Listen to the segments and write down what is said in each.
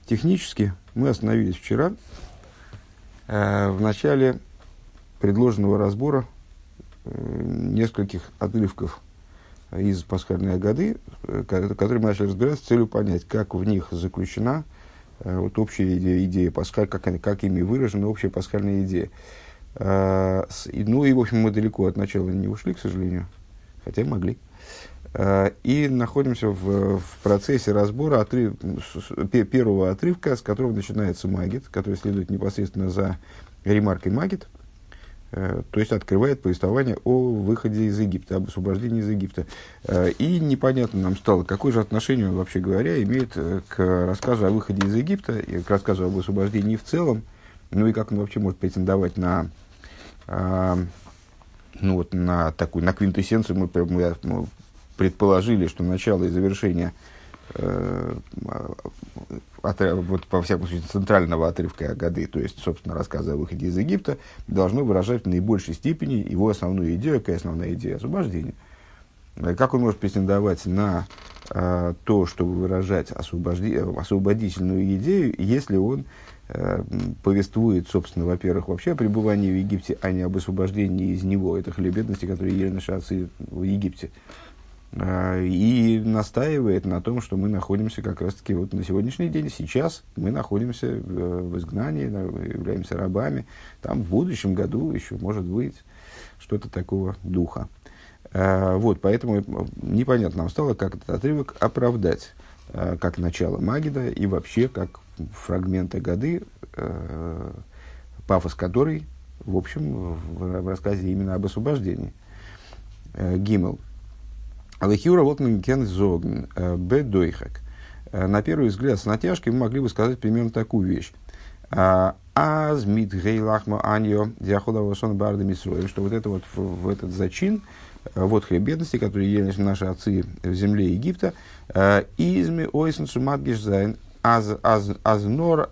Технически мы остановились вчера в начале предложенного разбора нескольких отрывков из пасхальной Агады, которые мы начали разбирать с целью понять, как в них заключена вот общая идея пасхаль, как ими выражена общая пасхальная идея. Ну и, в общем, мы далеко от начала не ушли, к сожалению, хотя могли. И находимся в процессе разбора первого отрывка, с которого начинается Магид, который следует непосредственно за ремаркой Магид, то есть открывает повествование о выходе из Египта, об освобождении из Египта. И непонятно нам стало, какое же отношение он, вообще говоря, имеет к рассказу о выходе из Египта, и к рассказу об освобождении в целом, ну и как он вообще может претендовать на квинтэссенцию. Мы предположили, что начало и завершение вот, по всякому случаю, центрального отрывка Агады, то есть, собственно, рассказа о выходе из Египта, должно выражать в наибольшей степени его основную идею. Какая основная идея? Освобождение. Как он может претендовать на то, чтобы выражать освободительную идею, если он повествует, собственно, во-первых, вообще о пребывании в Египте, а не об освобождении из него, это хлебедности, которые ели наши отцы в Египте. И настаивает на том, что мы находимся как раз-таки вот на сегодняшний день, сейчас мы находимся в изгнании, являемся рабами, там в будущем году еще может быть что-то такого духа. Вот, поэтому непонятно нам стало, как этот отрывок оправдать, как начало Магида и вообще как фрагмент Агады, пафос которой, в общем, в рассказе именно об освобождении. Гимел. Алехиура вот кен зогн бедойхак. На первый взгляд, с натяжкой мы могли бы сказать примерно такую вещь. Аз мит гейлахма аньо диаходавосон барда мисроем, что вот это вот в этот зачин, вот хлеб бедности, который ели наши отцы в земле Египта, изми ойсен суматгиш зайн азнор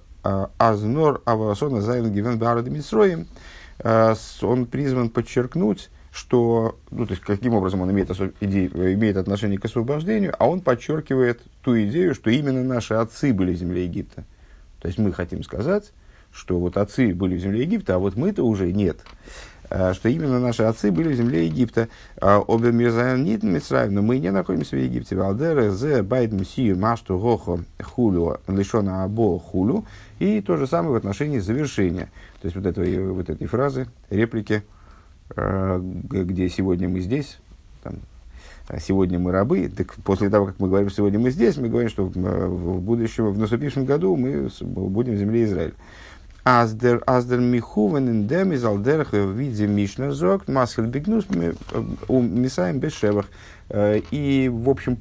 авасона зайн гивен барда мисроем. Он призван подчеркнуть, что, ну, то есть, каким образом он имеет отношение к освобождению, а он подчеркивает ту идею, что именно наши отцы были в земле Египта. То есть, мы хотим сказать, что вот отцы были в земле Египта, а вот мы-то уже нет. Что именно наши отцы были в земле Египта. Обе мирзаен нит мицраим, но мы не находимся в Египте. Валдере зе байд мсию машту гохо хулю лишона або хулю. И то же самое в отношении завершения. То есть, вот этой фразы, реплики, где сегодня мы здесь, там, сегодня мы рабы, так после того, как мы говорим, что сегодня мы здесь, мы говорим, что в будущем, в наступившем году мы будем в земле Израиля. Аздер михувен индем из алдерах в виде мишна зог масхель бигнус у мисаем бешевах. И, в общем,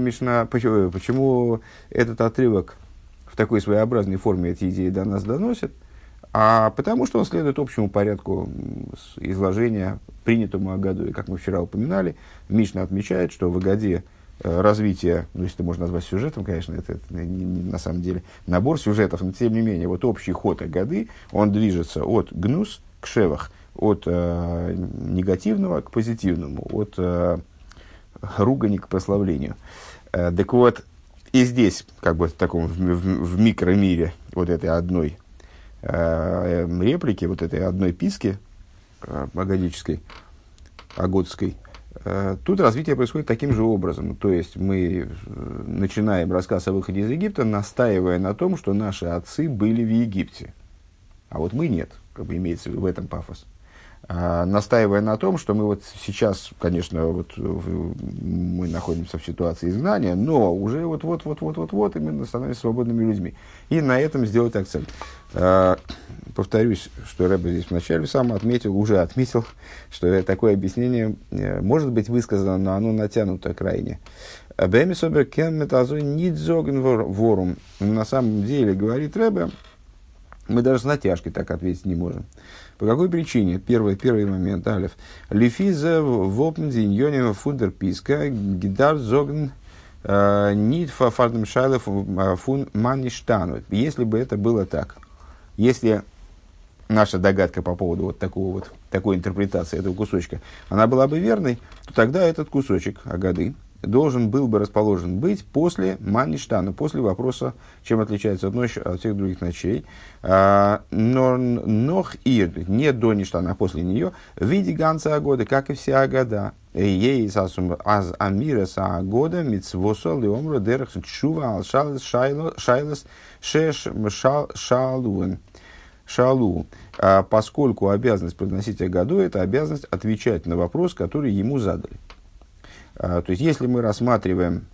почему этот отрывок в такой своеобразной форме эти идеи до нас доносит? А потому что он следует общему порядку изложения, принятому Агаду. И, как мы вчера упоминали, Мишна отмечает, что в Агаде развитие, ну, если это можно назвать сюжетом, конечно, это не на самом деле набор сюжетов, но тем не менее, вот общий ход Агады, он движется от гнус к шевах, от негативного к позитивному, от ругани к прославлению. Так вот, и здесь, как бы в таком в микромире вот этой одной реплики, вот этой одной писки агадической, агодской, тут развитие происходит таким же образом. То есть мы начинаем рассказ о выходе из Египта, настаивая на том, что наши отцы были в Египте, а вот мы нет, как бы имеется в этом пафос. Настаивая на том, что мы вот сейчас, конечно, вот мы находимся в ситуации изгнания, но уже вот, и мы становимся свободными людьми. И на этом сделать акцент. Повторюсь, что Рэбе здесь вначале сам уже отметил, что такое объяснение может быть высказано, но оно натянуто крайне. На самом деле, говорит Рэбе, мы даже с натяжкой так ответить не можем. По какой причине? Первый момент, алеф. Лифиза вопн диньоним фундер писка гидар зогн нит фардем шайлев фун маништану. Если бы это было так, если наша догадка по поводу такой интерпретации этого кусочка, она была бы верной, то тогда этот кусочек Агады, должен был бы расположен быть после Маништана, после вопроса, чем отличается одна ночь от всех других ночей. Но нох ир, не до Ништана, а после нее, в виде ганца года, как и вся Агада. Ей сасум аз амира са года мицвосо леомро дерх чува ал шайлас шеш шалуэн. Шалу, поскольку обязанность произносить Агаду – это обязанность отвечать на вопрос, который ему задали. То есть, если мы рассматриваем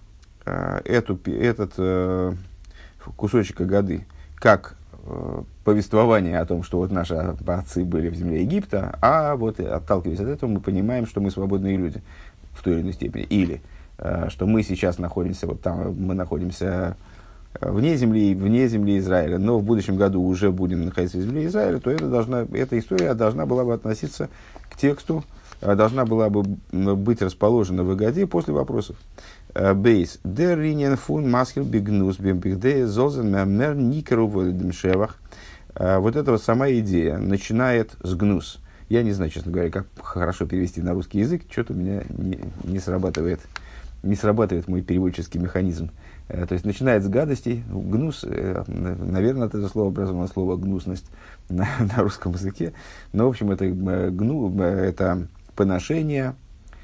этот кусочек Агады как повествование о том, что вот наши отцы были в земле Египта, а вот отталкиваясь от этого, мы понимаем, что мы свободные люди в той или иной степени. Или что мы сейчас находимся, вот там мы находимся вне земли Израиля, но в будущем году уже будем находиться в земле Израиля, то эта история должна была бы относиться к тексту, должна была бы быть расположена в Агаде после вопросов. Бейс. Дер ринен фун масхил бигнус бимбигдея золзен мер никеру вольдемшевах. Вот эта вот сама идея начинает с гнус. Я не знаю, честно говоря, как хорошо перевести на русский язык. Что-то у меня не срабатывает мой переводческий механизм. То есть начинает с гадостей. Гнус, наверное, это слово образовано слово гнусность на русском языке. Но, в общем, это это поношение,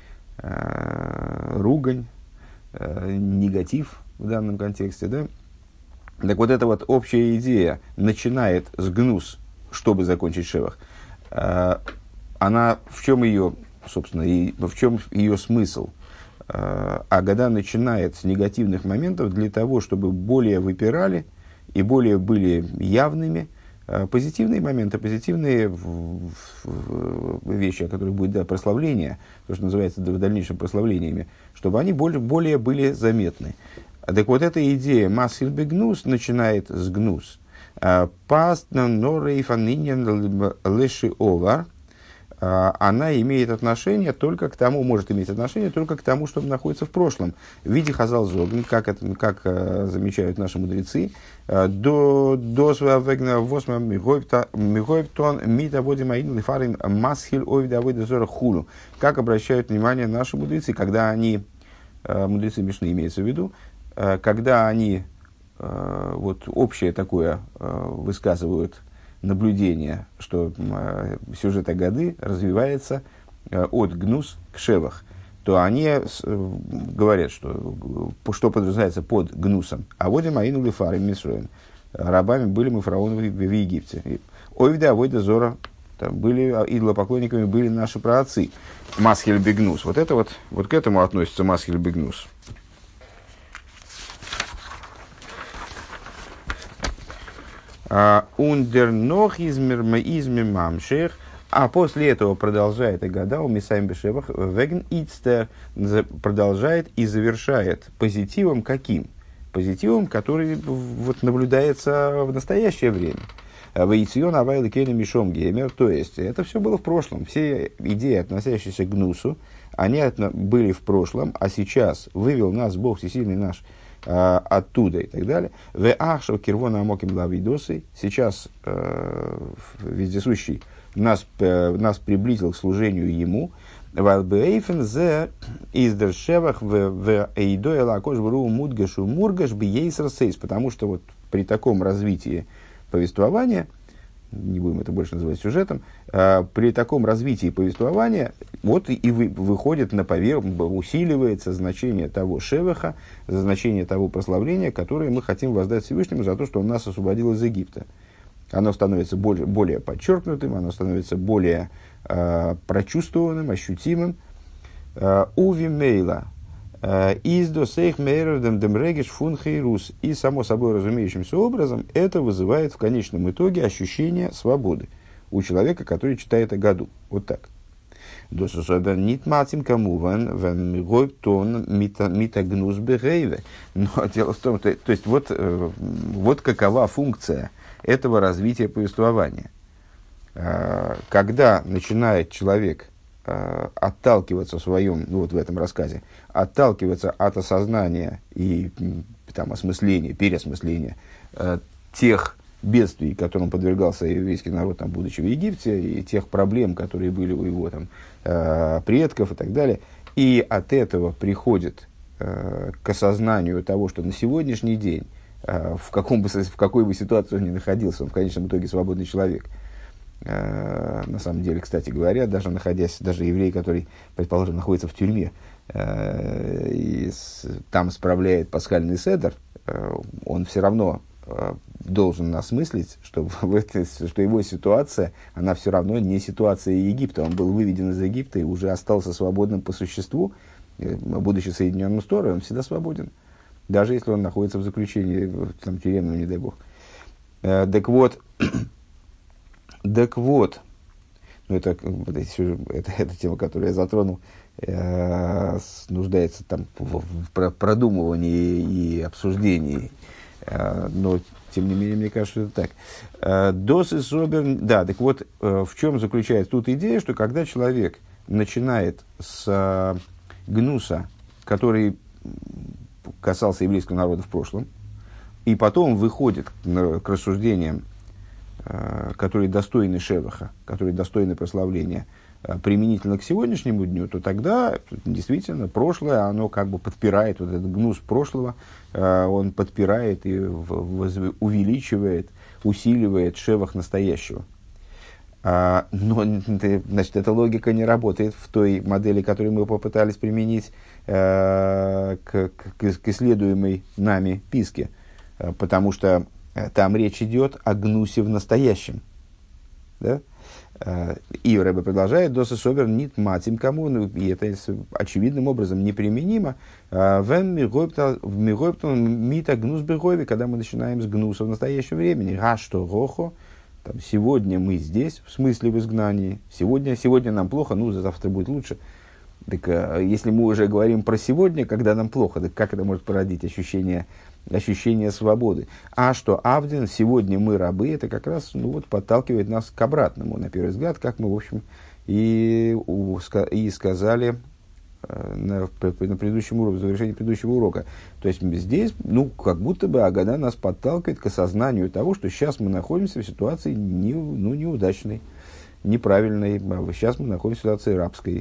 ругань, негатив в данном контексте. Да? Так вот, эта вот общая идея начинает с гнус, чтобы закончить шевах. Она, в чем ее, собственно, в чем ее смысл? Агада начинает с негативных моментов для того, чтобы более выпирали и более были явными позитивные моменты, позитивные вещи, о которых будет прославление, то, что называется в дальнейшем прославлениями, чтобы они более были заметны. Так вот, эта идея «масхил бегнус» начинает с гнус. «Паст норейфанинен леши овар», она имеет отношение только к тому, может иметь отношение только к тому, что находится в прошлом. В виде хазал зогн, как замечают наши мудрецы, до своего восьма мигойптон мита водим аин лифарим масхил овида авойда зора хулу. Как обращают внимание наши мудрецы, когда они, мудрецы Мишны имеется в виду, когда они вот общее такое высказывают наблюдение, что сюжет Агады развивается от гнус к шевах, то они говорят, что подразумевается под гнусом. А вот и маину лифарим мисроем. Рабами были мы фараоны в Египте. Ойвда авойда зора, там были идолопоклонниками, были наши праотцы. Масхиль бегнус. Вот к этому относится масхиль бегнус. Ундернох измер мамшех, а после этого продолжает Агада у Мисаим Бешевах веген ицтер, продолжает и завершает позитивом каким? Позитивом, который вот наблюдается в настоящее время. Ваицион авайла кейна мишом геймер, то есть это все было в прошлом. Все идеи, относящиеся к гнусу, они были в прошлом, а сейчас вывел нас Бог Всесильный наш оттуда и так далее. В ахшо кирвона амоким лавидосы, сейчас вездесущий нас приблизил к служению ему. Валбейфен зе издершевах в эйдоэла акош бру мудгашу мургаш бейсерсейс, потому что вот при таком развитии повествования, не будем это больше называть сюжетом, при таком развитии повествования вот и выходит на поверхность, усиливается значение того шеваха, значение того прославления, которое мы хотим воздать Всевышнему за то, что он нас освободил из Египта. Оно становится более подчеркнутым, оно становится более прочувствованным, ощутимым. Уви мейла из до сейх мейрдем демрегиш фун хейрус. И само собой разумеющимся образом это вызывает в конечном итоге ощущение свободы у человека, который читает Агаду. Вот так. Но дело в том, то есть вот какова функция этого развития повествования. Когда начинает человек отталкиваться в своем, вот в этом рассказе, отталкиваться от осознания и там, осмысления, переосмысления тех бедствий, которым подвергался еврейский народ, там, будучи в Египте, и тех проблем, которые были у его там, предков и так далее, и от этого приходит к осознанию того, что на сегодняшний день, в какой бы ситуации он ни находился, он в конечном итоге свободный человек. На самом деле, кстати говоря, даже еврей, который, предположим, находится в тюрьме, и там справляет пасхальный седер, он все равно должен осмыслить, что его ситуация, она все равно не ситуация Египта. Он был выведен из Египта и уже остался свободным по существу, будучи соединенным с Торой, он всегда свободен. Даже если он находится в заключении, там, тюремном, не дай бог. Так вот, ну, это тема, которую я затронул, нуждается там в продумывании и обсуждении. Но, тем не менее, мне кажется, что это так. Да, так вот, в чем заключается тут идея, что когда человек начинает с гнуса, который касался еврейского народа в прошлом, и потом выходит к рассуждениям, которые достойны шеваха, которые достойны прославления, применительно к сегодняшнему дню, то тогда действительно прошлое, оно как бы подпирает, вот этот гнус прошлого, он подпирает и увеличивает, усиливает шевах настоящего. Но, значит, эта логика не работает в той модели, которую мы попытались применить к исследуемой нами писке, потому что там речь идет о гнусе в настоящем. Да? И Рэбе продолжает, доса собер нит матим кому, и это очевидным образом неприменимо. В мигойптон мита гнус бегойви, когда мы начинаем с гнуса в настоящем времени. Гашто рохо, там, сегодня мы здесь, в смысле в изгнании. Сегодня нам плохо, ну, завтра будет лучше. Так если мы уже говорим про сегодня, когда нам плохо, так как это может породить ощущение свободы? А что Авдин, сегодня мы рабы, это как раз подталкивает нас к обратному, на первый взгляд, как мы, в общем, и сказали на предыдущем уроке, в завершении предыдущего урока. То есть здесь, как будто бы Агада нас подталкивает к осознанию того, что сейчас мы находимся в ситуации неудачной, неправильной. Сейчас мы находимся в ситуации рабской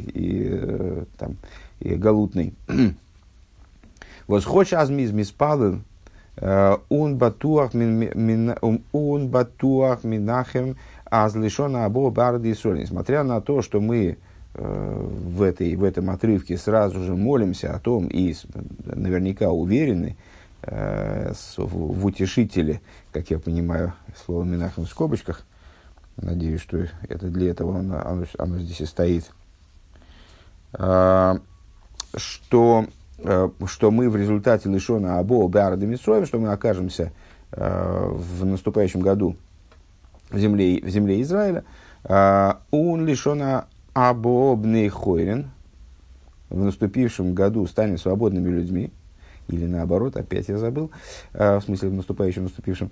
и галутной. Восхоч азмиз миспален он батуах минахем азлишона або барды и соли. Несмотря на то, что мы в этом отрывке сразу же молимся о том и наверняка уверены в утешителе, как я понимаю, слово «минахем» в скобочках, надеюсь, что это для этого оно здесь и стоит, что мы в результате лишона або беарда митсроем, что мы окажемся в наступающем году в земле Израиля, он лишона або бней хойрен, в наступившем году станем свободными людьми, или наоборот, опять я забыл, в смысле в наступившем,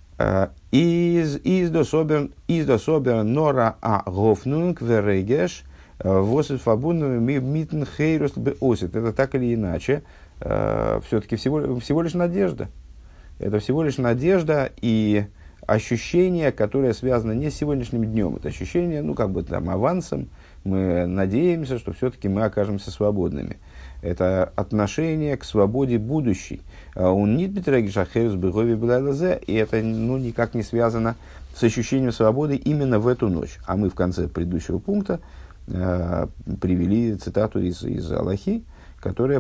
из дособер нора а гофнунг верегеш восет фабунную митн хейрус беосит. Это так или иначе все-таки всего лишь надежда. Это всего лишь надежда и ощущение, которое связано не с сегодняшним днем. Это ощущение, авансом. Мы надеемся, что все-таки мы окажемся свободными. Это отношение к свободе будущей. Он не бетрегишахерус бегови блайлазе, и это никак не связано с ощущением свободы именно в эту ночь. А мы в конце предыдущего пункта привели цитату из Алахи, которая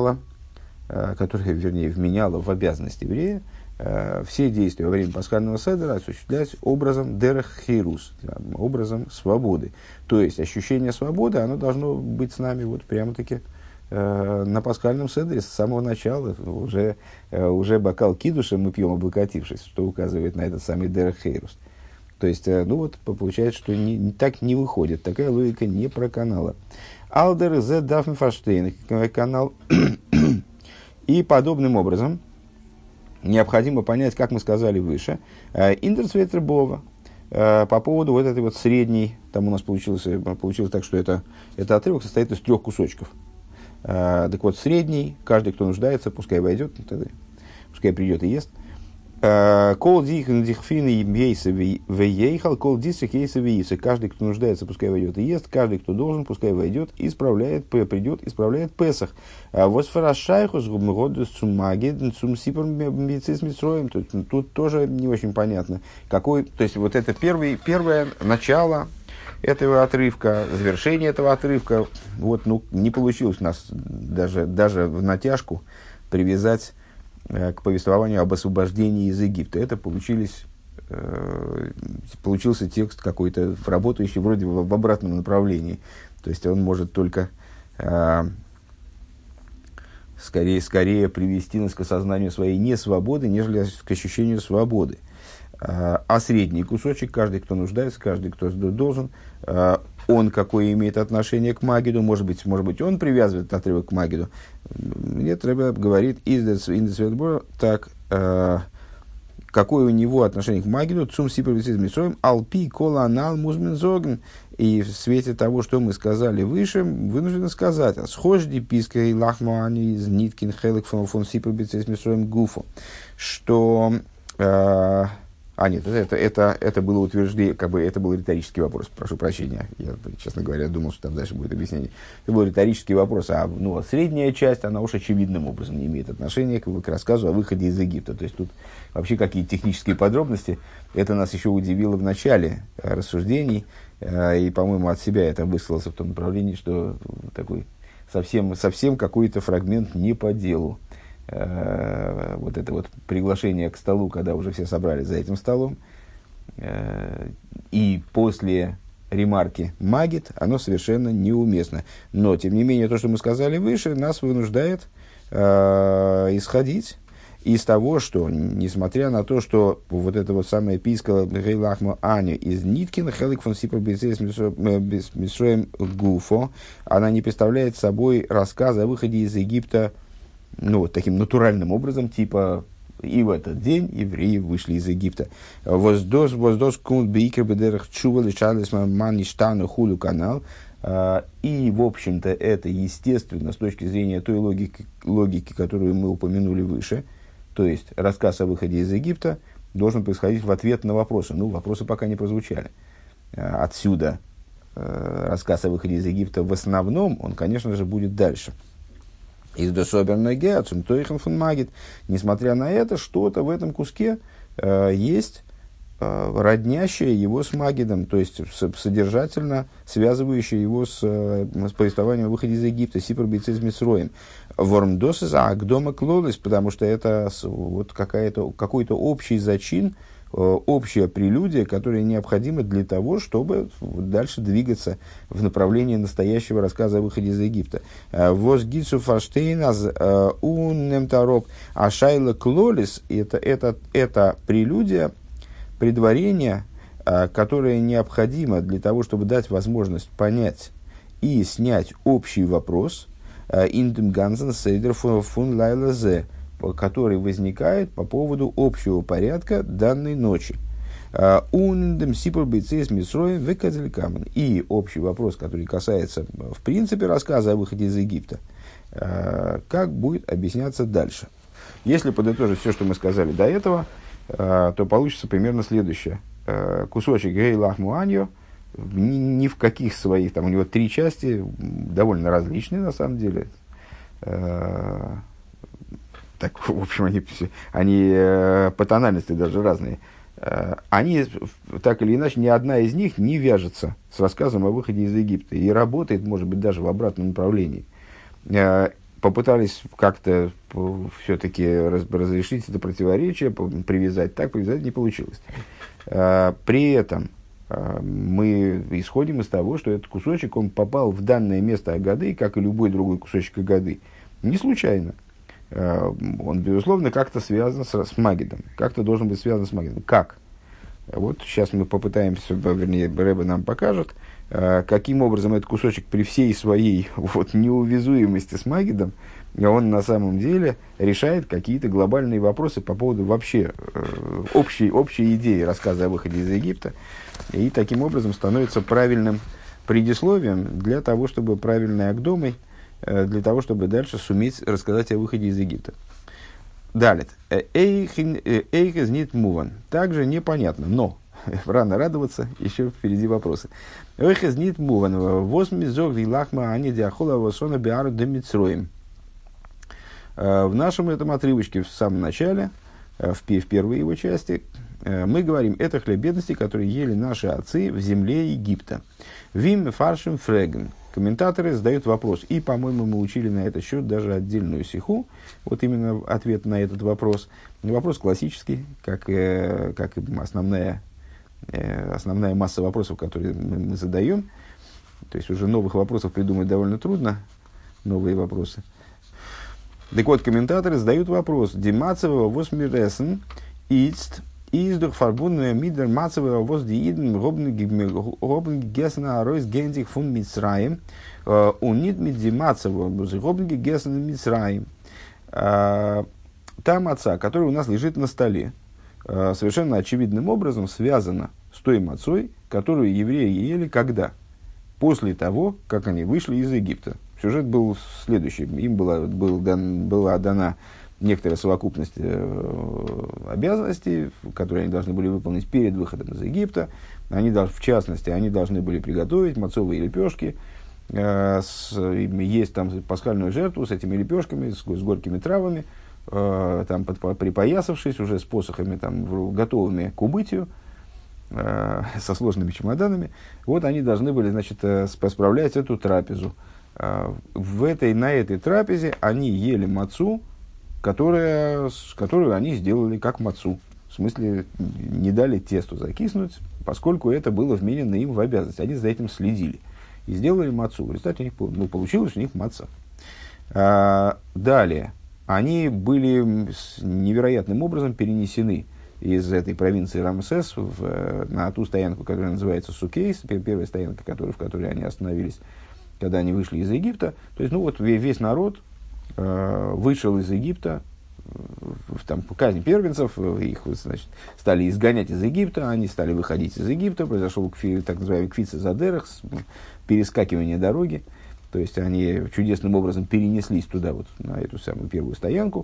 вменяла в обязанность еврея все действия во время пасхального седера осуществлять образом дерех хирус, образом свободы. То есть ощущение свободы, оно должно быть с нами прямо-таки на пасхальном седере с самого начала. Уже бокал кидуша мы пьем, облокотившись, что указывает на этот самый дерех хирус. То есть, получается, что так не выходит. Такая логика не проканала. Алдер зе дафн фаштейн канал. И подобным образом необходимо понять, как мы сказали выше, интерцветер бова, по поводу этой средней, там у нас получилось так, что это отрывок состоит из 3 кусочков. Так вот, средний, каждый, кто нуждается, пускай войдет, пускай придет и ест. Кол дихн дихфин ейса вейхал, кол дистрик ейса вейса. Каждый, кто нуждается, пускай войдет и ест. Каждый, кто должен, пускай войдет и придет, исправляет Песах. Восфарашайхус гумгодус цумаги цум сипр мецис митсроем. Тут тоже не очень понятно. То есть, вот это первое начало этого отрывка, завершение этого отрывка. Вот, не получилось у нас даже в натяжку привязать к повествованию об освобождении из Египта. Это получился текст какой-то, работающий вроде в обратном направлении. То есть он может только скорее привести нас к осознанию своей несвободы, нежели к ощущению свободы. А средний кусочек, каждый, кто нуждается, каждый, кто должен, он какое имеет отношение к Магиду, может быть, он привязывает отрывок к Магиду. Нет, Ребе говорит, так, какое у него отношение к Магиду, цум сипровицизм мисроем, алпи кола анал музмен зоген. И в свете того, что мы сказали выше, вынуждены сказать, схожди писка и лахмани из ниткин хелек фон сипровицизм мисроем гуфу, что... Нет, это было утверждение, это был риторический вопрос, прошу прощения. Я, честно говоря, думал, что там дальше будет объяснение. Это был риторический вопрос, а средняя часть, она уж очевидным образом не имеет отношения к рассказу о выходе из Египта. То есть тут вообще какие технические подробности, это нас еще удивило в начале рассуждений, и, по-моему, от себя это высказался в том направлении, что такой совсем какой-то фрагмент не по делу. Вот это вот приглашение к столу, когда уже все собрались за этим столом, и после ремарки «магит», оно совершенно неуместно. Но, тем не менее, то, что мы сказали выше, нас вынуждает исходить из того, что, несмотря на то, что вот это вот самое писка «Гейлахма Аня» из Ниткина «Хелик фон Сипр Бейцес Мисроем Гуфо», она не представляет собой рассказ о выходе из Египта таким натуральным образом, типа и в этот день евреи вышли из Египта. Воздос кунт бейкер бедерах чува лишалис маништану хулю канал. И, в общем-то, это естественно с точки зрения той логики, которую мы упомянули выше. То есть, рассказ о выходе из Египта должен происходить в ответ на вопросы. Вопросы пока не прозвучали. Отсюда рассказ о выходе из Египта в основном, он, конечно же, будет дальше. Из дособерной геацум тойхен фун магит. Несмотря на это, что-то в этом куске есть роднящее его с Магидом, то есть содержательно связывающее его с повествованием о выходе из Египта, сипр бейцес мисроем. Вормдосис агдома клолис, потому что это вот какой-то общий зачин, общая прелюдия, которая необходима для того, чтобы дальше двигаться в направлении настоящего рассказа о выходе из Египта. Возгицу фаштейназ уннемтарок ашайла клолис, это прелюдия, предварение, которое необходимо для того, чтобы дать возможность понять и снять общий вопрос индем гансен сейдер фун лайлазе, который возникает по поводу общего порядка данной ночи. И общий вопрос, который касается, в принципе, рассказа о выходе из Египта, как будет объясняться дальше. Если подытожить все, что мы сказали до этого, то получится примерно следующее. Кусочек Гей Лахмуаньо, ни в каких своих, там у него 3 части, довольно различные на самом деле. Так, в общем, они по тональности даже разные. Они, так или иначе, ни одна из них не вяжется с рассказом о выходе из Египта. И работает, может быть, даже в обратном направлении. Попытались как-то все-таки разрешить это противоречие, привязать не получилось. При этом мы исходим из того, что этот кусочек, он попал в данное место Агады, как и любой другой кусочек Агады, не случайно. Он, безусловно, как-то связан с Магидом. Как-то должен быть связан с Магидом. Как? Вот сейчас мы попытаемся, вернее, Ребе нам покажет, каким образом этот кусочек при всей своей неувязуемости с Магидом, он на самом деле решает какие-то глобальные вопросы по поводу вообще общей идеи рассказа о выходе из Египта. И таким образом становится правильным предисловием для того, чтобы правильной агдомой, для того, чтобы дальше суметь рассказать о выходе из Египта. Далее. Эйхез нит муван. Также непонятно, но рано радоваться, еще впереди вопросы. Эйхез нит муван. Восьми зог лахма ани диахола восона биару демитсроим. В нашем этом отрывочке в самом начале, в первой его части, мы говорим, это хлеб бедности, которые ели наши отцы в земле Египта. Вим фаршим фреген. Комментаторы задают вопрос, и, по-моему, мы учили на этот счет даже отдельную сиху, вот именно ответ на этот вопрос. Вопрос классический, как основная масса вопросов, которые мы задаем. То есть уже новых вопросов придумать довольно трудно, новые вопросы. Так вот, комментаторы задают вопрос. Димацева восмиресен ист издух фарбунная мидер мацева воз дииден робн гесна ройс гензих фун мицраим унит мид димацева робн гесна мицраим. Та маца, которая у нас лежит на столе, совершенно очевидным образом связана с той мацой, которую евреи ели когда? После того, как они вышли из Египта. Сюжет был следующий. Им была дана некоторая совокупность обязанностей, которые они должны были выполнить перед выходом из Египта. В частности, они должны были приготовить мацовые лепешки, есть там пасхальную жертву с этими лепешками, с горькими травами, там, припоясавшись уже с посохами, там, готовыми к убытию, со сложными чемоданами. Вот они должны были, значит, справлять эту трапезу. На этой трапезе они ели мацу, которую они сделали как мацу. В смысле, не дали тесту закиснуть, поскольку это было вменено им в обязанность. Они за этим следили. И сделали мацу. В результате у них, получилась у них маца. Далее. Они были невероятным образом перенесены из этой провинции Рамсес на ту стоянку, которая называется Сукейс, первая стоянка, в которой они остановились, когда они вышли из Египта. То есть, весь народ вышел из Египта, там, казнь первенцев, их, значит, стали изгонять из Египта, они стали выходить из Египта, произошел так называемый квица задерах, перескакивание дороги, то есть они чудесным образом перенеслись туда, вот, на эту самую первую стоянку,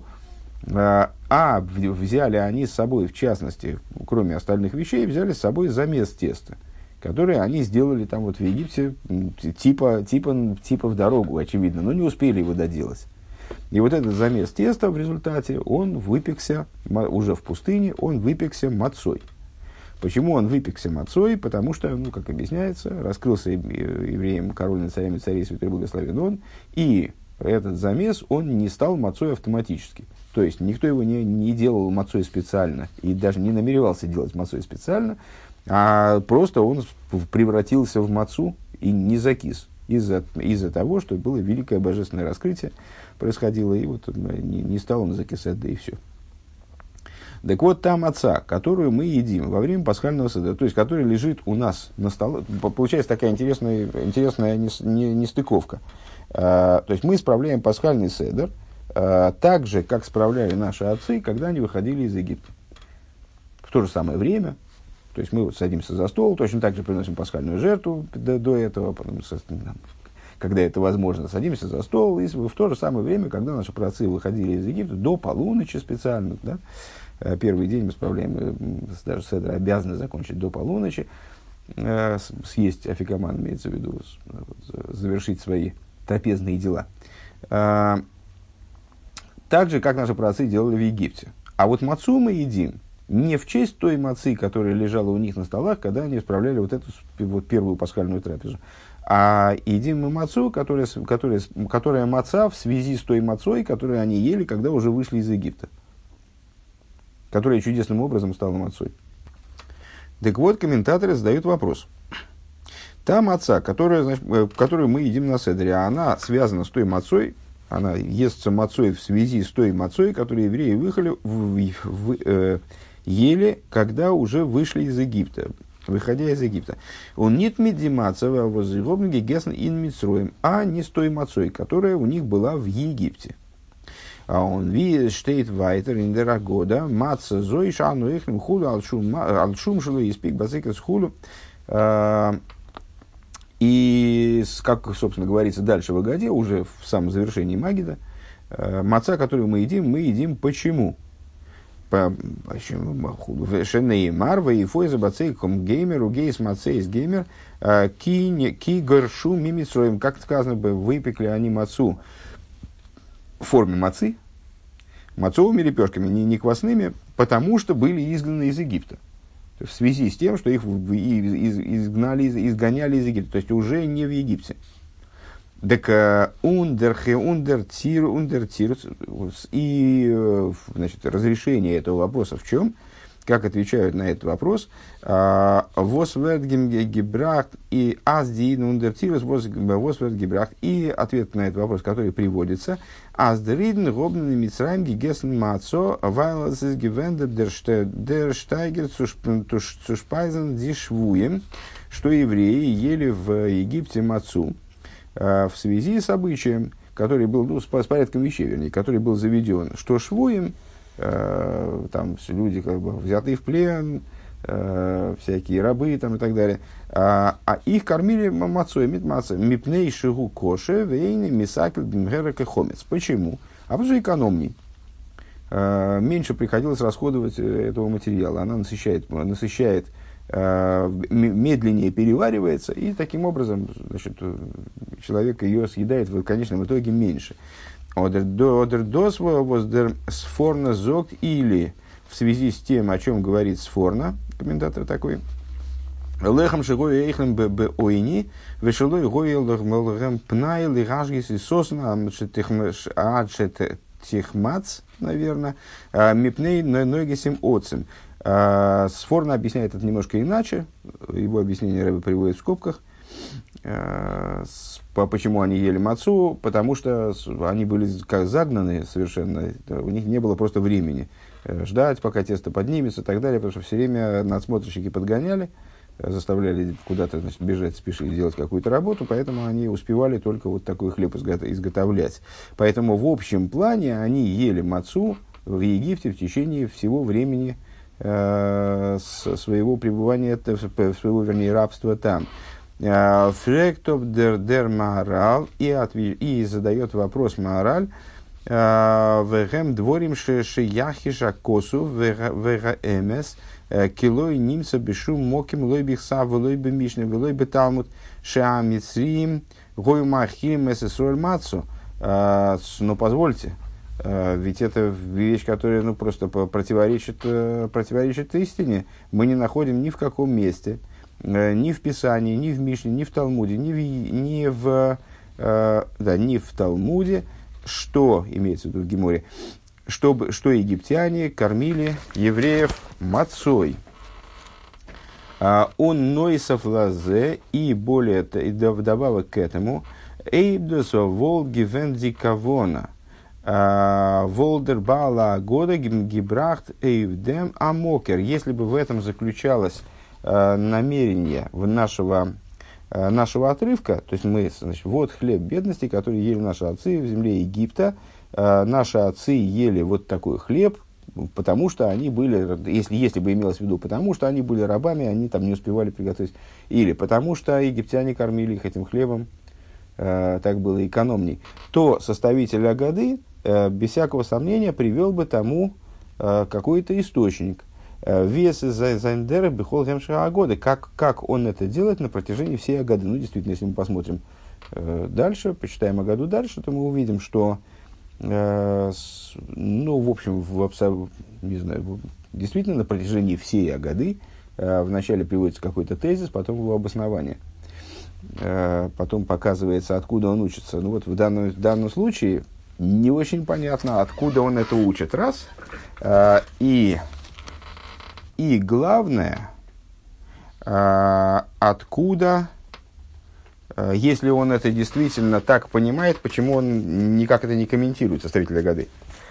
взяли они с собой, в частности, кроме остальных вещей, взяли с собой замес теста, которые они сделали там вот в Египте, типа в дорогу, очевидно, но не успели его доделать. И вот этот замес теста в результате, он выпекся, уже в пустыне, он выпекся мацой. Почему он выпекся мацой? Потому что, как объясняется, раскрылся евреям король над царями царей, святой благословен он, и этот замес, он не стал мацой автоматически. То есть, никто его не делал мацой специально, и даже не намеревался делать мацой специально, а просто он превратился в мацу и не закис. Из-за того, что было великое божественное раскрытие, происходило, и вот не стал он закисать, да и все. Так вот, та маца, которую мы едим во время пасхального седера, то есть, которая лежит у нас на столе, получается такая интересная нестыковка. То есть, мы справляем пасхальный седер так же, как справляли наши отцы, когда они выходили из Египта. В то же самое время. То есть, мы вот садимся за стол, точно так же приносим пасхальную жертву до этого, потом, когда это возможно, садимся за стол, и в то же самое время, когда наши праотцы выходили из Египта, до полуночи специально, да, первый день мы справляем, даже седер обязаны закончить до полуночи, съесть афикаман, имеется в виду, завершить свои трапезные дела. Так же, как наши праотцы делали в Египте. А вот мацу мы едим не в честь той мацы, которая лежала у них на столах, когда они справляли вот эту вот первую пасхальную трапезу. А едим мы мацу, которая маца в связи с той мацой, которую они ели, когда уже вышли из Египта. Которая чудесным образом стала мацой. Так вот, комментаторы задают вопрос. Та маца, которую мы едим на седере, она связана с той мацой, она естся мацой в связи с той мацой, которую евреи ели, когда уже вышли из Египта, выходя из Египта. Он нет медимацева возлюбленный гесн ин мицроем, а не с той мацой, которая у них была в Египте. А он ви штейт вайтер ин дера года маца зой шану ихнем худу алшум шло испик базыкас худу. И, как, собственно, говорится дальше в Агаде, уже в самом завершении Магида, Маца, которую мы едим почему? Шенеймар, ваифой забацейком геймер, угейс мацейс геймер, ки горшу мимицроем. Как сказано бы, выпекли они мацу в форме мацы, мацовыми лепешками, не квасными, потому что были изгнаны из Египта. В связи с тем, что их изгоняли из Египта, то есть уже не в Египте. Так и значит, разрешение этого вопроса в чем? Как отвечают на этот вопрос? Восвертгебрахт и аздиин ундертирус восвертгебрахт. И ответ на этот вопрос, который приводится. Аздеридн гобнен мицраим гигесн мацо вайлас из гивендер дер штайгер цушпайзен дишвуем. Что евреи ели в Египте мацу в связи с обычаем, который был, с порядком вещей, вернее, который был заведен, что швуем, там люди как бы взятые в плен, всякие рабы там, и так далее, а их кормили мацой, мипней шигу коше, вейни мисакл бимгерек и хомец. Почему? А потому что экономней. Меньше приходилось расходовать этого материала. Она насыщает медленнее переваривается, и таким образом, значит, человек ее съедает в конечном итоге меньше. Сфорна зог, или в связи с тем, о чем говорит Сфорна, комментатор такой, лехам шигой эйхлем б ойни, вешелой гоил лгем пнай лигашгис и сосна адшет техмац, наверное, мипней нойгисим оцем. Сфорна объясняет это немножко иначе. Его объяснение Рэбе приводит в скобках. Почему они ели мацу? Потому что они были как загнаны совершенно. У них не было просто времени ждать, пока тесто поднимется и так далее. Потому что все время надсмотрщики подгоняли, заставляли куда-то, значит, бежать, спешить, делать какую-то работу. Поэтому они успевали только вот такой хлеб изготовлять. Поэтому в общем плане они ели мацу в Египте в течение всего времени своего пребывания, своего, вернее, рабства там. Фректов дер Маораль, и задает вопрос Маораль, вегем дворим шияхиша косу вега эмес килой нимса бешу моким лой бихса влой бемишне влой беталмут шеамицриим гою махилим эсэсроль мацу. Но позвольте, ведь это вещь, которая просто противоречит истине. Мы не находим ни в каком месте, ни в Писании, ни в Мишне, ни в Талмуде, ни в Талмуде, что, имеется в виду в Геморе, что египтяне кормили евреев мацой. Он нойсов лазе, и более, вдобавок к этому, эйбдосо волги вендикавона, Волдер Бала Года Гибрахт Эйвдем Амокер. Если бы в этом заключалось намерение нашего отрывка, то есть мы, значит, вот хлеб бедности, который ели наши отцы в земле Египта. Наши отцы ели вот такой хлеб, потому что они были, если бы имелось в виду, потому что они были рабами, они там не успевали приготовить, или потому что египтяне кормили их этим хлебом, так было экономней, то составитель Агады без всякого сомнения привел бы тому какой-то источник. Вес зайндера бихол гемшира агоды. Как он это делает на протяжении всей Агады. Ну, действительно, если мы посмотрим дальше, почитаем Агаду дальше, то мы увидим, что, ну, в общем, не знаю, действительно, на протяжении всей Агады вначале приводится какой-то тезис, потом его обоснование. Потом показывается, откуда он учится. Ну, вот в данном случае не очень понятно, откуда он это учит, раз. И главное, откуда, если он это действительно так понимает, почему он никак это не комментирует, составитель Агады.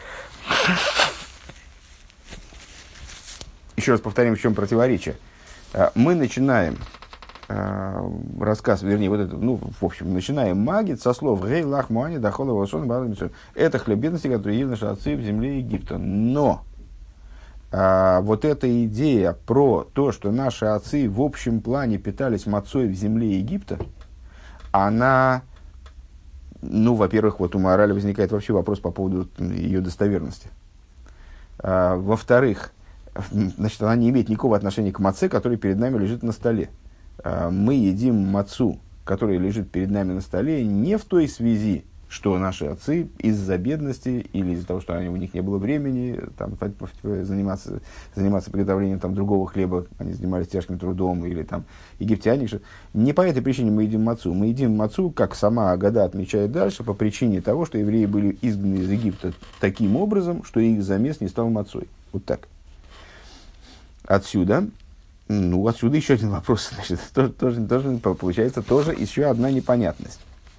Еще раз повторим, в чем противоречие. Мы начинаем рассказ, вернее, вот это, ну, в общем, начинаем магит со слов «Гей лах муани дахола васон бадамицу». Это хлеб бедности, который ели наши отцы в земле Египта. Но вот эта идея про то, что наши отцы в общем плане питались мацой в земле Египта, она Ну, во-первых, вот у Маораля возникает вообще вопрос по поводу ее достоверности. Во-вторых, значит, она не имеет никакого отношения к маце, который перед нами лежит на столе. Мы едим мацу, который лежит перед нами на столе, не в той связи, что наши отцы из-за бедности или из-за того, что у них не было времени там, заниматься приготовлением там, другого хлеба, они занимались тяжким трудом, или там египтяне. Что... Не по этой причине мы едим мацу. Мы едим мацу, как сама Агада отмечает дальше, по причине того, что евреи были изгнаны из Египта таким образом, что их замес не стал мацой. Вот так. Отсюда еще один вопрос. Значит, тоже получается тоже еще одна непонятность.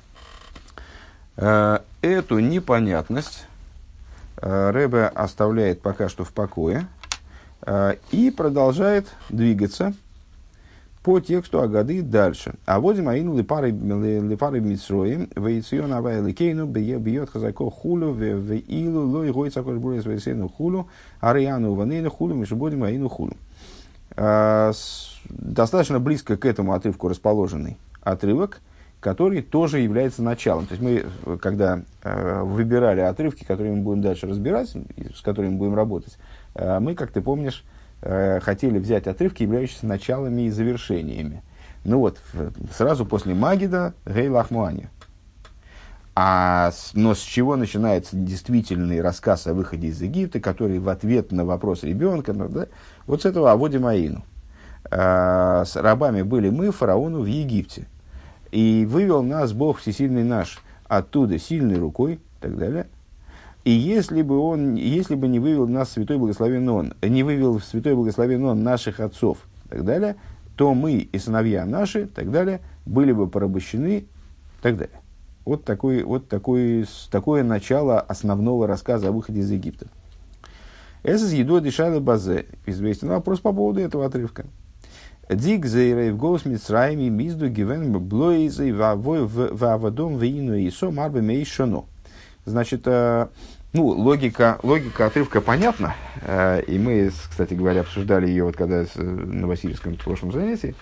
Эту непонятность Ребе оставляет пока что в покое и продолжает двигаться по тексту Агады дальше. А водим аину липары митсроим вейцион авай ликейну бьет хазако хулю веилу лой гой цакош бурес вейсену хулю ариану ванейну хулю мишубодим аину хулю. Достаточно близко к этому отрывку расположенный отрывок, который тоже является началом. То есть мы, когда выбирали отрывки, которые мы будем дальше разбирать, с которыми будем работать, мы, как ты помнишь, хотели взять отрывки, являющиеся началами и завершениями. Ну вот, сразу после Магида Гей Лахмуани. Но с чего начинается действительный рассказ о выходе из Египта, который в ответ на вопрос ребенка, да, вот с этого Аводим Аину. С рабами были мы, фараону, в Египте. И вывел нас Бог Всесильный наш оттуда сильной рукой, и так далее. И если бы не вывел нас Святой Благословен Он, не вывел Святой Благословен Он наших отцов, и так далее, то мы и сыновья наши, и так далее, были бы порабощены, и так далее. Вот такое начало основного рассказа о выходе из Египта. Это с едой дешали базе. Известен вопрос по поводу этого отрывка. Дик зейрей в голос Мицраими мизду гивен блоизей вавадом вину и со марбе мейшоно. Значит, логика отрывка понятна. И мы, кстати говоря, обсуждали ее, вот когда на Васильевском прошлом занятии.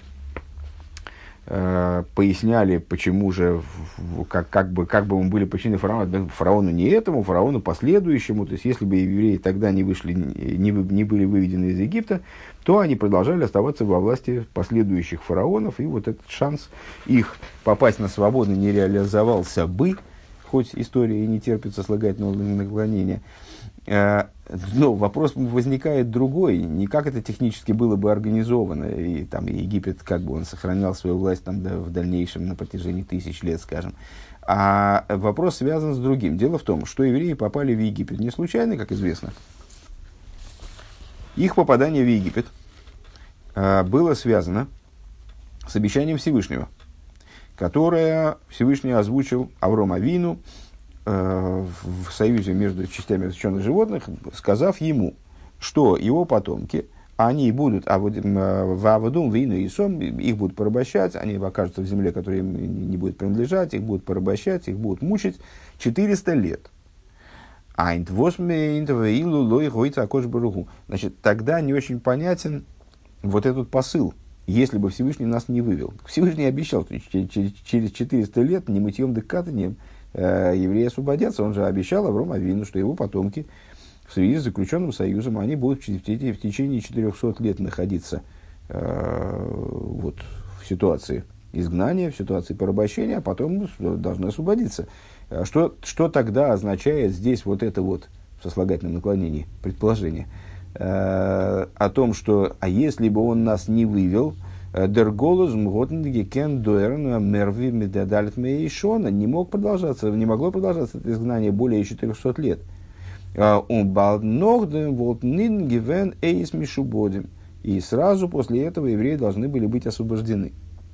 Поясняли, почему же, как бы мы были подчинены фараону не этому, фараону последующему. То есть, если бы евреи тогда не были выведены из Египта, то они продолжали оставаться во власти последующих фараонов, и вот этот шанс их попасть на свободу не реализовался бы, хоть история и не терпит сослагательного наклонения. Но вопрос возникает другой, не как это технически было бы организовано, и там Египет, как бы он сохранял свою власть там, да, в дальнейшем на протяжении 1000 лет, скажем. А вопрос связан с другим. Дело в том, что евреи попали в Египет не случайно, как известно. Их попадание в Египет было связано с обещанием Всевышнего, которое Всевышний озвучил Аврому Авину в союзе между частями различенных животных, сказав ему, что его потомки, они будут в Авадум, Вину и Сом, их будут порабощать, они окажутся в земле, которая им не будет принадлежать, их будут порабощать, их будут мучить 400 лет. Значит, тогда не очень понятен вот этот посыл, если бы Всевышний нас не вывел. Всевышний обещал, что через 400 лет ни мытьем, да катанием евреи освободятся. Он же обещал Аврому Авину, что его потомки в связи с заключенным союзом, они будут в течение 400 лет находиться в ситуации изгнания, в ситуации порабощения, а потом должны освободиться. Что тогда означает здесь вот это вот в сослагательном наклонении предположение о том, что а если бы он нас не вывел, не могло продолжаться это изгнание более 400 лет. И сразу после этого евреи должны были быть освобождены.